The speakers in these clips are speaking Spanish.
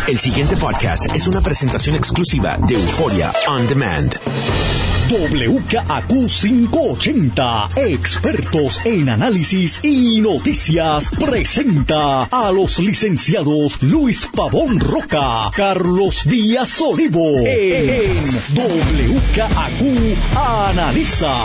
El siguiente podcast es una presentación exclusiva de Euphoria On Demand. WKAQ 580, expertos en análisis y noticias, presenta a los licenciados Luis Pavón Roca, Carlos Díaz Olivo, en WKAQ Analiza.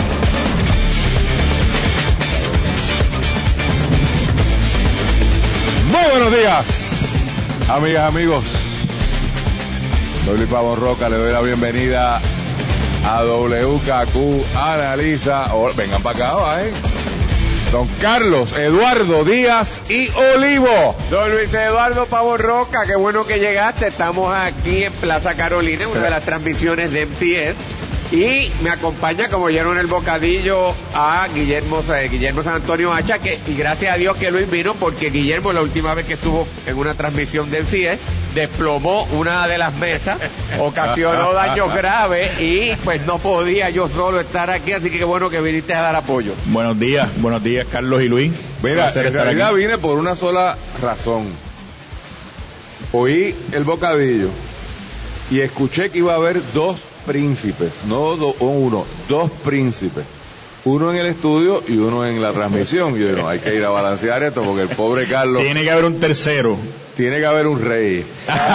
Muy buenos días, amigas, amigos. Soy Luis Pavón Roca, le doy la bienvenida a WKAQ Analiza. Vengan para acá, ¿eh? Don Carlos Eduardo Díaz y Olivo. Don Luis Eduardo Pavón Roca, qué bueno que llegaste. Estamos aquí en Plaza Carolina, una de las transmisiones de MCS. Y me acompaña, como oyeron el bocadillo, a Guillermo San Antonio Hacha, y gracias a Dios que Luis vino, porque Guillermo la última vez que estuvo en una transmisión de MCS desplomó una de las mesas, ocasionó daños graves y pues no podía yo solo estar aquí, así que qué bueno que viniste a dar apoyo. Buenos días Carlos y Luis. Mira, en realidad vine por una sola razón. Oí el bocadillo y escuché que iba a haber dos príncipes, no uno, dos príncipes. Uno en el estudio y uno en la transmisión. Y yo digo, no, hay que ir a balancear esto porque el pobre Carlos... Tiene que haber un tercero. Tiene que haber un rey.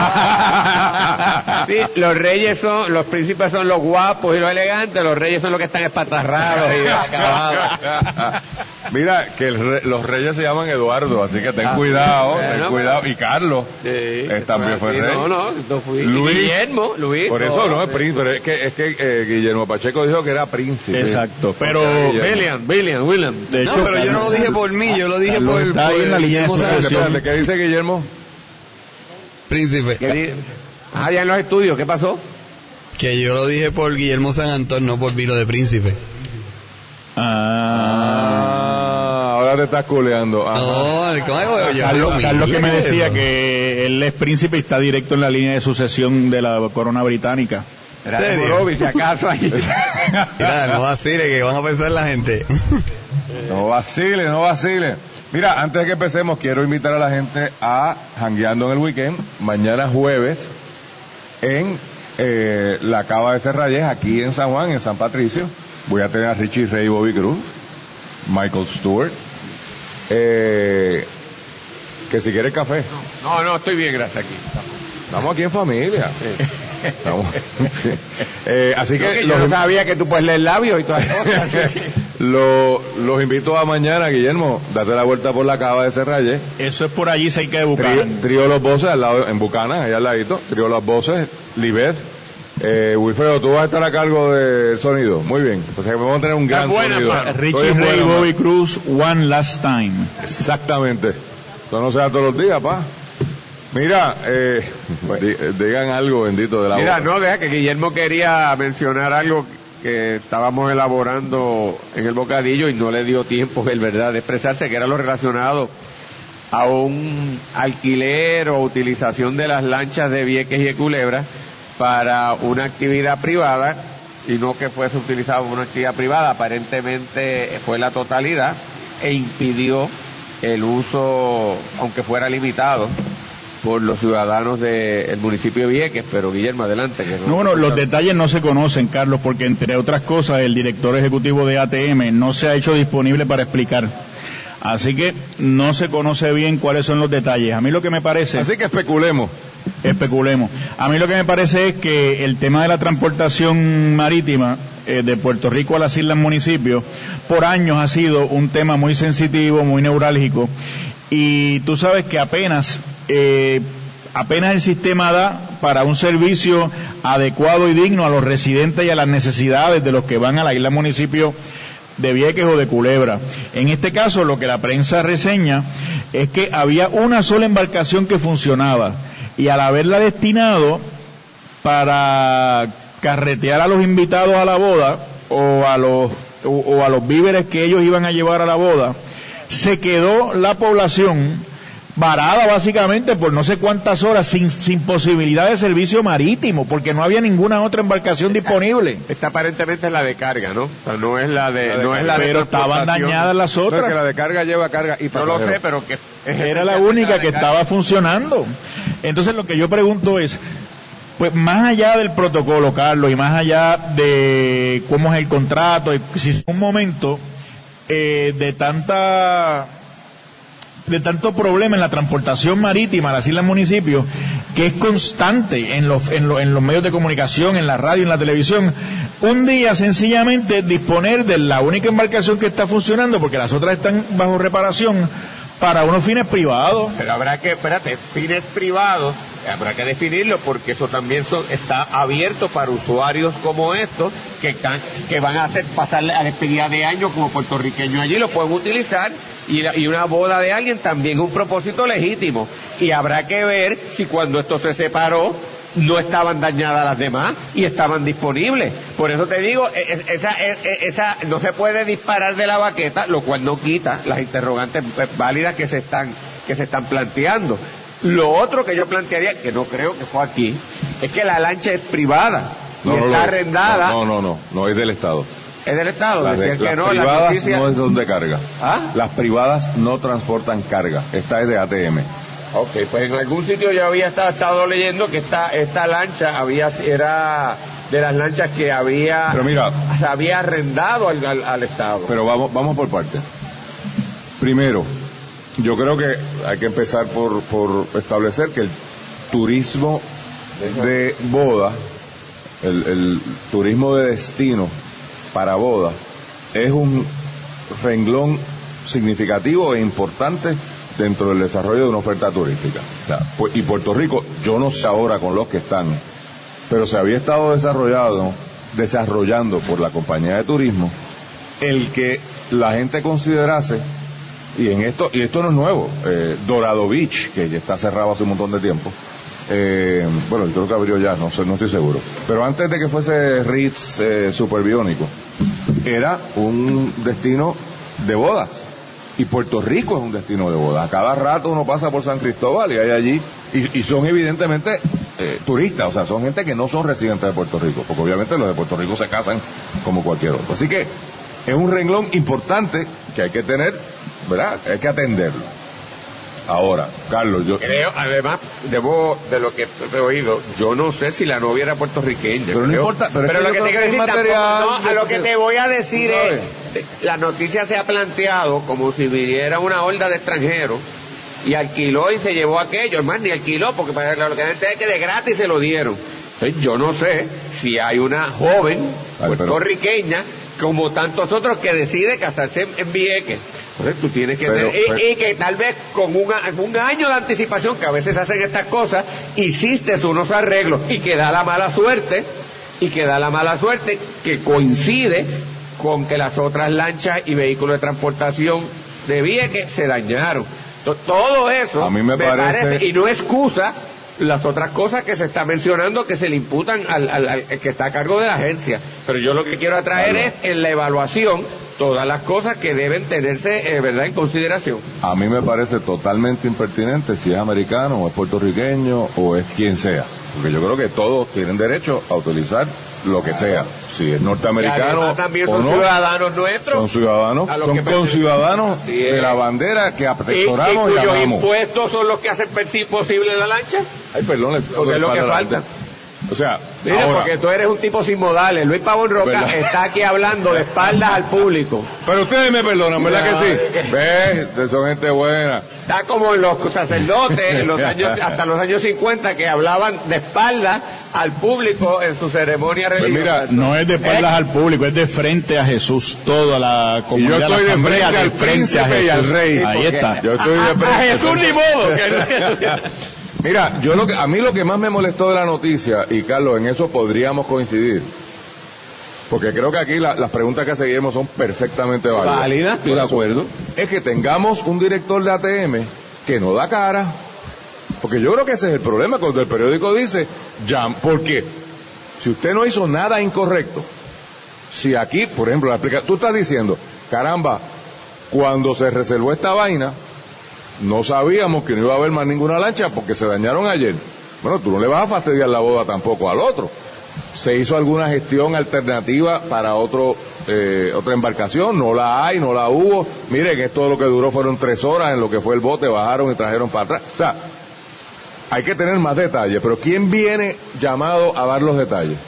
Sí, los príncipes son los guapos y los elegantes, los reyes son los que están espatarrados y acabados. Mira, que los reyes se llaman Eduardo, así que ten cuidado, Y Carlos también fue rey. No fui. Luis, Guillermo, Luis. Por eso no es príncipe, es que Guillermo Pacheco dijo que era príncipe. Exacto, pero William. De hecho, pero yo no lo dije por mí, yo lo dije por Guillermo San Antonio. ¿Qué dice Guillermo? Príncipe. Ya en los estudios, ¿qué pasó? Que yo lo dije por Guillermo San Antonio, no por Vilo de Príncipe. Ahora te estás culeando. No, Carlos que me decía que él es príncipe y está directo en la línea de sucesión de la corona británica. Si acaso ahí. Mira, no vacile, que van a pensar la gente. No vacile. Mira, antes de que empecemos, quiero invitar a la gente a Jangueando en el Weekend, mañana jueves, en la Cava de Serrayes, aquí en San Juan, en San Patricio. Voy a tener a Richie Ray, Bobby Cruz, Michael Stewart. Que si quieres café. No, estoy bien, gracias aquí. Estamos aquí en familia. Así que yo no sabía que tú puedes leer labios y todas las cosas. Los invito a mañana, Guillermo, date la vuelta por la Cava de Serrayes. Eso es por allí, cerca de Bucanan. Trío Los Voces, al lado, en Bucanan, allá al ladito. Trío Los Voces, Libet. Wilfredo, tú vas a estar a cargo del sonido. Muy bien, pues vamos a tener un gran sonido. Richie Ray, Bobby Cruz, One Last Time. Exactamente. Esto no se da todos los días, pa. Mira, digan algo, bendito de la Mira, boca. deja que Guillermo quería mencionar algo que estábamos elaborando en el bocadillo y no le dio tiempo, el verdad, de expresarse, que era lo relacionado a un alquiler o utilización de las lanchas de Vieques y de Culebra para una actividad privada, y no que fuese utilizado para una actividad privada, aparentemente fue la totalidad, e impidió el uso, aunque fuera limitado, por los ciudadanos del municipio de Vieques. Pero Guillermo, adelante. Los detalles no se conocen, Carlos, porque entre otras cosas el director ejecutivo de ATM no se ha hecho disponible para explicar. Así que no se conoce bien cuáles son los detalles. A mí lo que me parece... Así que especulemos. A mí lo que me parece es que el tema de la transportación marítima de Puerto Rico a las islas municipios por años ha sido un tema muy sensitivo, muy neurálgico, y tú sabes que apenas el sistema da para un servicio adecuado y digno a los residentes y a las necesidades de los que van a la isla municipio de Vieques o de Culebra. En este caso, lo que la prensa reseña es que había una sola embarcación que funcionaba, y al haberla destinado para carretear a los invitados a la boda o a los víveres que ellos iban a llevar a la boda, se quedó la población varada básicamente por no sé cuántas horas, sin posibilidad de servicio marítimo, porque no había ninguna otra embarcación disponible. Esta aparentemente es la de carga, ¿no? O sea, no es la de pero estaban dañadas las otras. No, es que la de carga lleva carga y pasajero. No lo sé, pero que era la única que estaba funcionando. Entonces lo que yo pregunto es, pues más allá del protocolo, Carlos, y más allá de cómo es el contrato, si es un momento de tanto problema en la transportación marítima a las islas municipios, que es constante en los medios de comunicación, en la radio, en la televisión, un día sencillamente disponer de la única embarcación que está funcionando, porque las otras están bajo reparación, para unos fines privados. Pero habrá que, fines privados, habrá que definirlo, porque eso también está abierto para usuarios como estos, que van a hacer pasar a despedida de año como puertorriqueños allí, lo pueden utilizar, y una boda de alguien también es un propósito legítimo, y habrá que ver si cuando esto se separó no estaban dañadas las demás y estaban disponibles. Por eso te digo, esa no se puede disparar de la baqueta, lo cual no quita las interrogantes válidas que se están planteando. Lo otro que yo plantearía, que no creo que fue aquí, es que la lancha es privada y está arrendada. No, es del Estado. Es del Estado, decían que no. Las privadas la noticia... no es donde carga. ¿Ah? Las privadas no transportan carga. Esta es de ATM. Ok, pues en algún sitio yo había estado leyendo que esta lancha era de las lanchas que se había arrendado al Estado. Pero vamos por partes. Primero, yo creo que hay que empezar por establecer que el turismo de boda, el turismo de destino para boda, es un renglón significativo e importante dentro del desarrollo de una oferta turística. O sea, y Puerto Rico, yo no sé ahora con los que están, pero se había estado desarrollando por la compañía de turismo el que la gente considerase, y esto no es nuevo, Dorado Beach, que ya está cerrado hace un montón de tiempo, bueno, creo que abrió ya, no estoy seguro, pero antes de que fuese Ritz Superbiónico, era un destino de bodas. Y Puerto Rico es un destino de bodas. A cada rato uno pasa por San Cristóbal y hay allí, y son evidentemente turistas, o sea, son gente que no son residentes de Puerto Rico, porque obviamente los de Puerto Rico se casan como cualquier otro. Así que es un renglón importante que hay que tener, ¿verdad? Hay que atenderlo. Ahora, Carlos, yo creo, además, de lo que he oído, yo no sé si la novia era puertorriqueña. Pero no importa, pero lo que te quiero decir material, lo que te voy a decir es, la noticia se ha planteado como si viniera una horda de extranjeros y alquiló y se llevó aquello, más ni alquiló, porque para lo que es que de gratis se lo dieron. Entonces, yo no sé si hay una joven puertorriqueña como tantos otros que decide casarse en Vieques. Entonces tú tienes que y que tal vez con un año de anticipación, que a veces hacen estas cosas, hiciste unos arreglos y que da la mala suerte que coincide con que las otras lanchas y vehículos de transportación de Vieques se dañaron. Todo eso a mí me parece, y no excusa las otras cosas que se está mencionando que se le imputan al que está a cargo de la agencia. Pero yo lo que quiero atraer es en la evaluación todas las cosas que deben tenerse verdad en consideración. A mí me parece totalmente impertinente si es americano o es puertorriqueño o es quien sea, porque yo creo que todos tienen derecho a utilizar lo que sea, si es norteamericano también o son no, ciudadanos nuestros, son ciudadanos, son conciudadanos de la bandera que atesoramos y cuyos amamos. Impuestos son los que hacen posible la lancha. Ay, perdón, porque es lo que falta. O sea, mira, ahora, porque tú eres un tipo sin modales. Luis Pavón Roca está aquí hablando de espaldas al público. Pero ustedes me perdonan, ¿verdad que sí? ¿Ves? Son gente buena. Está como en los sacerdotes hasta los años 50 que hablaban de espaldas al público en su ceremonia religiosa. Pues mira, no es de espaldas al público, es de frente a Jesús, toda la comunidad. Yo estoy de frente al príncipe y al rey. Ahí está. Yo estoy de frente a Jesús ni modo. Mira, a mí lo que más me molestó de la noticia, y Carlos, en eso podríamos coincidir, porque creo que aquí las preguntas que seguimos son perfectamente válidas. Válidas, estoy de acuerdo. Es que tengamos un director de ATM que no da cara, porque yo creo que ese es el problema cuando el periódico dice, ¿por qué? Si usted no hizo nada incorrecto, si aquí, por ejemplo, tú estás diciendo, caramba, cuando se reservó esta vaina, no sabíamos que no iba a haber más ninguna lancha porque se dañaron ayer. Bueno, tú no le vas a fastidiar la boda tampoco al otro. Se hizo alguna gestión alternativa para otra embarcación, no la hay, no la hubo. Miren, esto lo que duró fueron 3 horas en lo que fue el bote, bajaron y trajeron para atrás. O sea, hay que tener más detalles, pero ¿quién viene llamado a dar los detalles?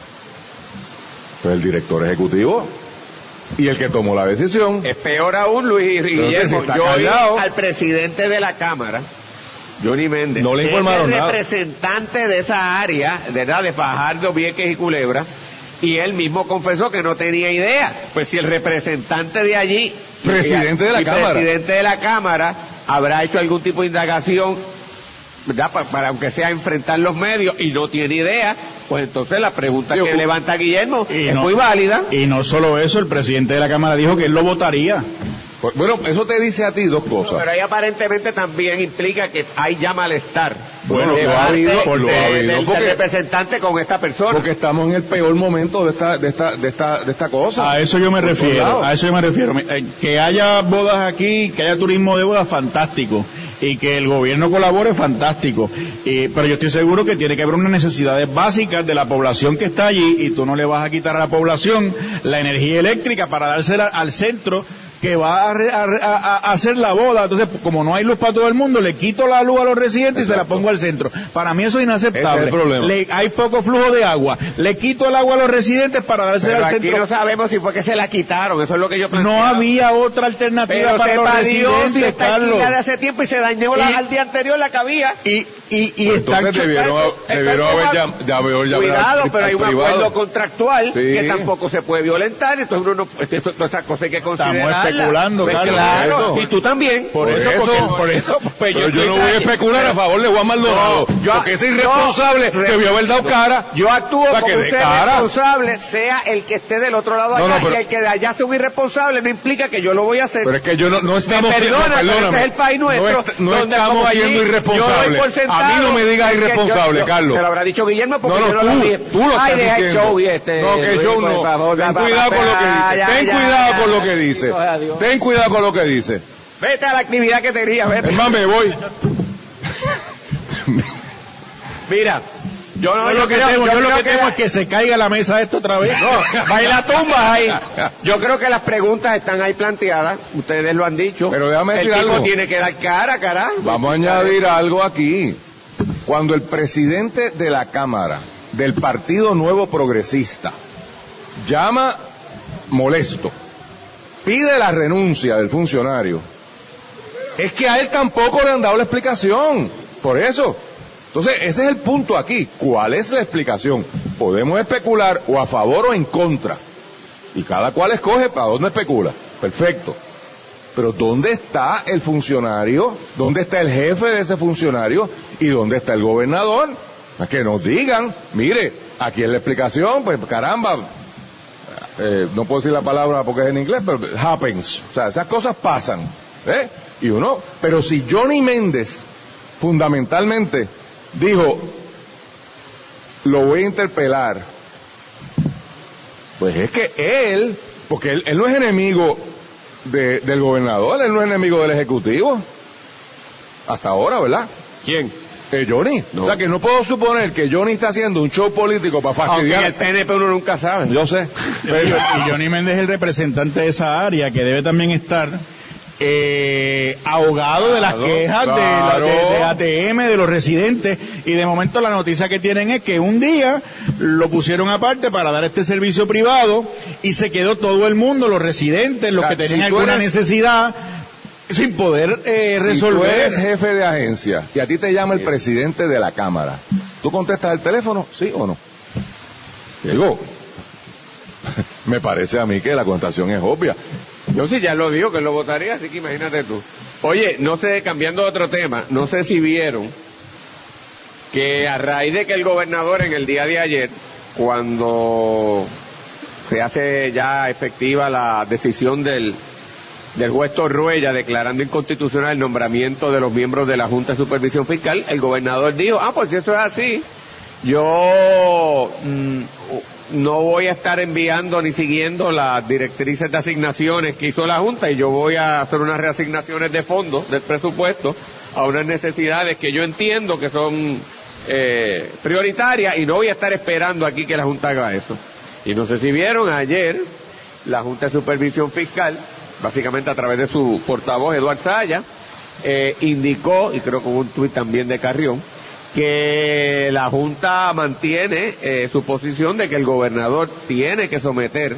Pues el director ejecutivo y el que tomó la decisión. Es peor aún, Luis Guillermo. Si yo vi al presidente de la Cámara, Johnny Méndez, no le informaron es el nada. Representante de esa área, ¿verdad?, de Fajardo, Vieques y Culebra, y él mismo confesó que no tenía idea. Pues si el representante de allí, presidente de la Cámara, habrá hecho algún tipo de indagación, ¿verdad?, para aunque sea enfrentar los medios, y no tiene idea, pues entonces la pregunta que levanta Guillermo es muy válida. Y no solo eso, el presidente de la Cámara dijo que él lo votaría. Bueno, eso te dice a ti 2 cosas. Pero ahí aparentemente también implica que hay ya malestar. Bueno, lo ha habido del representante con esta persona. Porque estamos en el peor momento de esta cosa. A eso yo me refiero. Que haya bodas aquí, que haya turismo de bodas, fantástico. Y que el gobierno colabore, fantástico. Pero yo estoy seguro que tiene que haber unas necesidades básicas de la población que está allí, y tú no le vas a quitar a la población la energía eléctrica para dársela al centro que va a hacer la boda. Entonces, como no hay luz para todo el mundo, le quito la luz a los residentes. Exacto. Y se la pongo al centro. Para mí eso es inaceptable. Ese es el problema. Hay poco flujo de agua. Le quito el agua a los residentes para dársela al centro. Aquí no sabemos si fue que se la quitaron. Eso es lo que yo planteo. No había otra alternativa. Pero para los residentes, está aquí de hace tiempo y se dañó al día anterior la que había. Entonces debieron haber cuidado, pero hay un acuerdo contractual que tampoco se puede violentar. Entonces uno no, todas esas cosas hay que considerar. Estamos especulando, Carlos. Claro, y tú también. Por eso. Pero yo no voy a especular a favor de Juan Maldonado, porque ese irresponsable debió haber dado cara. Yo actúo como usted es responsable, sea el que esté del otro lado allá, y el que de allá sea un irresponsable no implica que yo lo voy a hacer. Pero es que yo no estamos siendo, perdóname, este es el país nuestro, no estamos siendo irresponsables. A mí no me digas irresponsable, Carlos. Te lo habrá dicho Guillermo porque yo no lo dije. Tú lo estás diciendo. El show no, que el show no. Ten cuidado con lo que dice. Ten cuidado con lo que dice. Ten cuidado con lo que dice. Vete a la actividad que te quería, vete. Es más, me voy. Mira, yo lo que temo es que se caiga la mesa esto otra vez. No, baila tumbas ahí. Yo creo que las preguntas están ahí planteadas, ustedes lo han dicho. Pero déjame decir algo. El tipo tiene que dar cara, carajo. Vamos a añadir algo aquí. Cuando el presidente de la Cámara del Partido Nuevo Progresista llama molesto, pide la renuncia del funcionario, es que a él tampoco le han dado la explicación. Por eso. Entonces, ese es el punto aquí. ¿Cuál es la explicación? Podemos especular o a favor o en contra. Y cada cual escoge para dónde especula. Perfecto. Pero ¿dónde está el funcionario? ¿Dónde está el jefe de ese funcionario? ¿Y dónde está el gobernador? Para que nos digan, mire, aquí es la explicación, pues caramba, no puedo decir la palabra porque es en inglés, pero happens. O sea, esas cosas pasan. Y uno, pero si Johnny Méndez, fundamentalmente, dijo, lo voy a interpelar, pues es que él, porque él no es enemigo del gobernador, él no es enemigo del ejecutivo hasta ahora, ¿verdad? ¿Quién? Johnny. No. O sea que no puedo suponer que Johnny está haciendo un show político para fastidiar. Aunque el PNP uno nunca sabe. Yo sé. Y Johnny Méndez es el representante de esa área que debe también estar ahogado de las quejas de ATM, de los residentes, y de momento la noticia que tienen es que un día lo pusieron aparte para dar este servicio privado y se quedó todo el mundo, los residentes, los que tenían alguna necesidad, sin poder resolver. Si tú eres jefe de agencia y a ti te llama el presidente de la Cámara, ¿tú contestas el teléfono, sí o no? Digo, me parece a mí que la contestación es obvia. Yo sí ya lo digo que lo votaría, así que imagínate tú. Oye, no sé, cambiando de otro tema, no sé si vieron que a raíz de que el gobernador en el día de ayer, cuando se hace ya efectiva la decisión del juez Torruella declarando inconstitucional el nombramiento de los miembros de la Junta de Supervisión Fiscal, el gobernador dijo, pues si eso es así, yo no voy a estar enviando ni siguiendo las directrices de asignaciones que hizo la Junta, y yo voy a hacer unas reasignaciones de fondos del presupuesto a unas necesidades que yo entiendo que son prioritarias, y no voy a estar esperando aquí que la Junta haga eso. Y no sé si vieron ayer, la Junta de Supervisión Fiscal, básicamente a través de su portavoz Eduardo Saya, indicó, y creo que hubo un tuit también de Carrión, que la Junta mantiene su posición de que el gobernador tiene que someter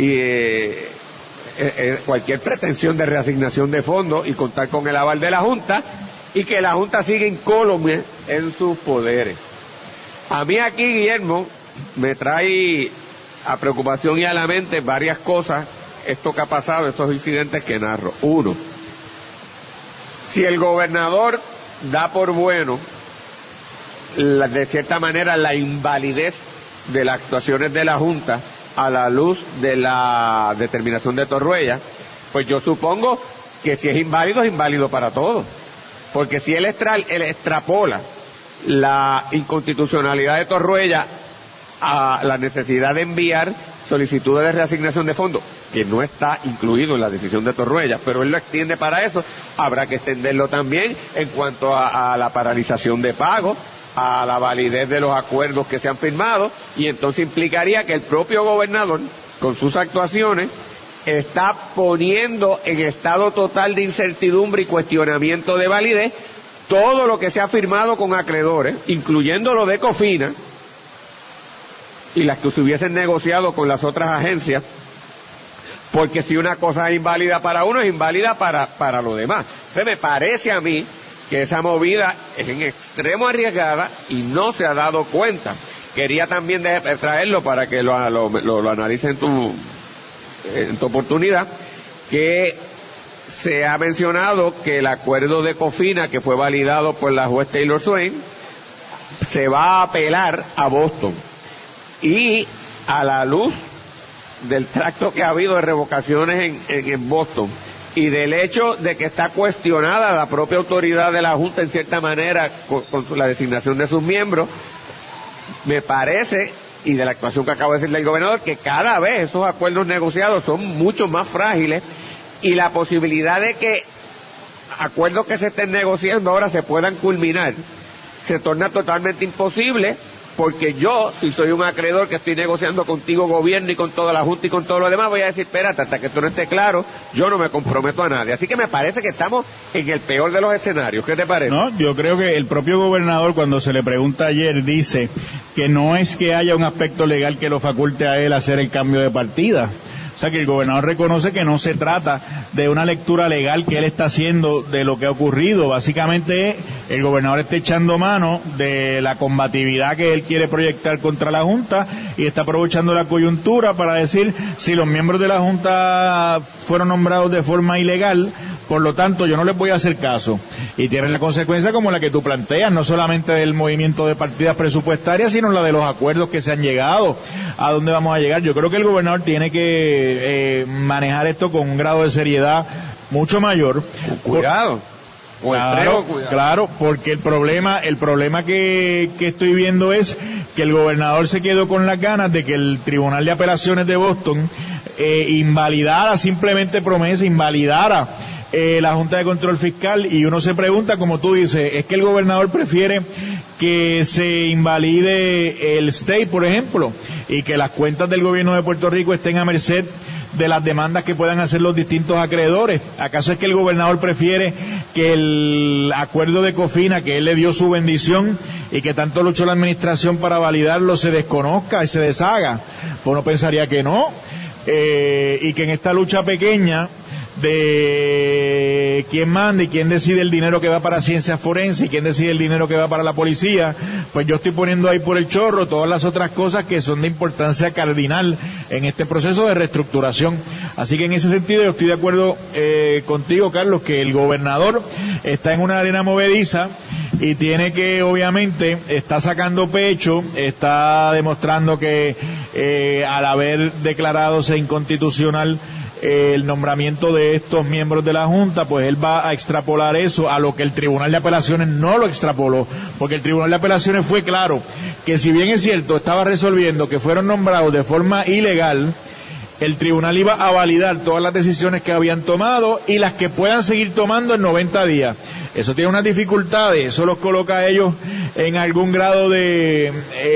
cualquier pretensión de reasignación de fondos y contar con el aval de la Junta, y que la Junta sigue incólume en sus poderes. A mí aquí, Guillermo, me trae a preocupación y a la mente varias cosas, esto que ha pasado, estos incidentes que narro. Uno, si el gobernador da por bueno de cierta manera la invalidez de las actuaciones de la Junta a la luz de la determinación de Torruella, pues yo supongo que si es inválido para todos, porque si él extrapola la inconstitucionalidad de Torruella a la necesidad de enviar solicitudes de reasignación de fondos, que no está incluido en la decisión de Torruella, pero él lo extiende para eso, habrá que extenderlo también en cuanto a la paralización de pagos, a la validez de los acuerdos que se han firmado, y entonces implicaría que el propio gobernador, con sus actuaciones, está poniendo en estado total de incertidumbre y cuestionamiento de validez todo lo que se ha firmado con acreedores, incluyendo lo de Cofina y las que se hubiesen negociado con las otras agencias, porque si una cosa es inválida para uno, es inválida para lo demás. Entonces me parece a mí que esa movida es en extremo arriesgada y no se ha dado cuenta. Quería también traerlo para que lo analice en tu oportunidad, que se ha mencionado que el acuerdo de Cofina, que fue validado por la juez Taylor Swain, se va a apelar a Boston, y a la luz del tracto que ha habido de revocaciones en Boston, y del hecho de que está cuestionada la propia autoridad de la Junta en cierta manera con la designación de sus miembros, me parece, y de la actuación que acabo de decirle el gobernador, que cada vez esos acuerdos negociados son mucho más frágiles, y la posibilidad de que acuerdos que se estén negociando ahora se puedan culminar se torna totalmente imposible, porque yo, si soy un acreedor que estoy negociando contigo, gobierno, y con toda la Junta y con todo lo demás, voy a decir, espérate, hasta que esto no esté claro, yo no me comprometo a nadie. Así que me parece que estamos en el peor de los escenarios. ¿Qué te parece? No, yo creo que el propio gobernador, cuando se le pregunta ayer, dice que no es que haya un aspecto legal que lo faculte a él hacer el cambio de partida. O sea, que el gobernador reconoce que no se trata de una lectura legal que él está haciendo de lo que ha ocurrido. Básicamente, el gobernador está echando mano de la combatividad que él quiere proyectar contra la Junta, y está aprovechando la coyuntura para decir, si los miembros de la Junta fueron nombrados de forma ilegal, por lo tanto yo no les voy a hacer caso. Y tienen la consecuencia como la que tú planteas, no solamente del movimiento de partidas presupuestarias, sino la de los acuerdos que se han llegado, a dónde vamos a llegar. Yo creo que el gobernador tiene que manejar esto con un grado de seriedad mucho mayor. Cuidado. Claro, porque el problema que estoy viendo es que el gobernador se quedó con las ganas de que el Tribunal de Apelaciones de Boston invalidara la Junta de Control Fiscal, y uno se pregunta, como tú dices, es que el gobernador prefiere que se invalide el state, por ejemplo, y que las cuentas del gobierno de Puerto Rico estén a merced de las demandas que puedan hacer los distintos acreedores. ¿Acaso es que el gobernador prefiere que el acuerdo de Cofina, que él le dio su bendición y que tanto luchó la administración para validarlo, se desconozca y se deshaga? Pues uno pensaría que no, y que en esta lucha pequeña de quién manda y quién decide el dinero que va para ciencias forenses y quién decide el dinero que va para la policía, pues yo estoy poniendo ahí por el chorro todas las otras cosas que son de importancia cardinal en este proceso de reestructuración. Así que en ese sentido yo estoy de acuerdo contigo, Carlos, que el gobernador está en una arena movediza y tiene que, obviamente, está sacando pecho, está demostrando que al haber declarado inconstitucional el nombramiento de estos miembros de la Junta, pues él va a extrapolar eso a lo que el Tribunal de Apelaciones no lo extrapoló, porque el Tribunal de Apelaciones fue claro que si bien es cierto estaba resolviendo que fueron nombrados de forma ilegal, el tribunal iba a validar todas las decisiones que habían tomado y las que puedan seguir tomando en 90 días. Eso tiene unas dificultades, eso los coloca a ellos en algún grado de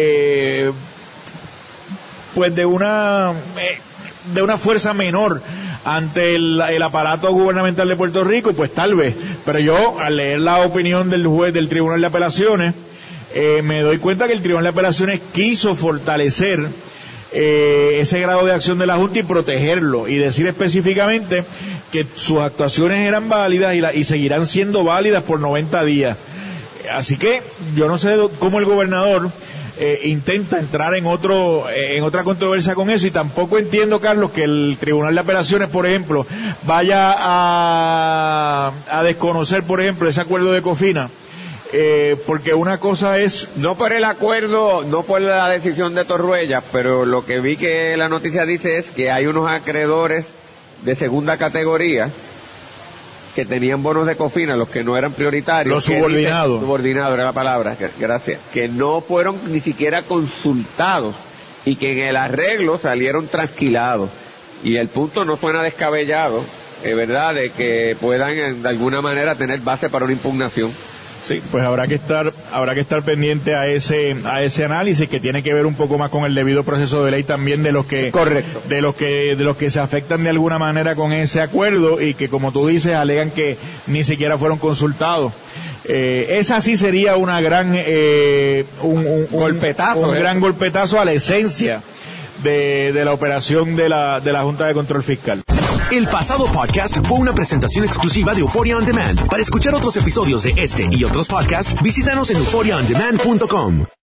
pues de una fuerza menor ante el aparato gubernamental de Puerto Rico, y pues tal vez, pero yo al leer la opinión del juez del Tribunal de Apelaciones me doy cuenta que el Tribunal de Apelaciones quiso fortalecer ese grado de acción de la Junta y protegerlo, y decir específicamente que sus actuaciones eran válidas y seguirán siendo válidas por 90 días. Así que yo no sé cómo el gobernador intenta entrar en otra controversia con eso, y tampoco entiendo, Carlos, que el Tribunal de Apelaciones, por ejemplo, vaya a desconocer, por ejemplo, ese acuerdo de Cofina, porque una cosa es... No por el acuerdo, no por la decisión de Torruella, pero lo que vi que la noticia dice es que hay unos acreedores de segunda categoría que tenían bonos de Cofina, los que no eran prioritarios. Los subordinados. Subordinados era la palabra, gracias. Que no fueron ni siquiera consultados y que en el arreglo salieron trasquilados. Y el punto no suena descabellado, ¿verdad?, de que puedan de alguna manera tener base para una impugnación. Sí, pues habrá que estar pendiente a ese análisis, que tiene que ver un poco más con el debido proceso de ley también de los que correcto, de los que se afectan de alguna manera con ese acuerdo y que, como tú dices, alegan que ni siquiera fueron consultados. Esa sí sería una gran un gran golpetazo a la esencia de la operación de la Junta de Control Fiscal. El pasado podcast fue una presentación exclusiva de Euphoria On Demand. Para escuchar otros episodios de este y otros podcasts, visítanos en euphoriaondemand.com.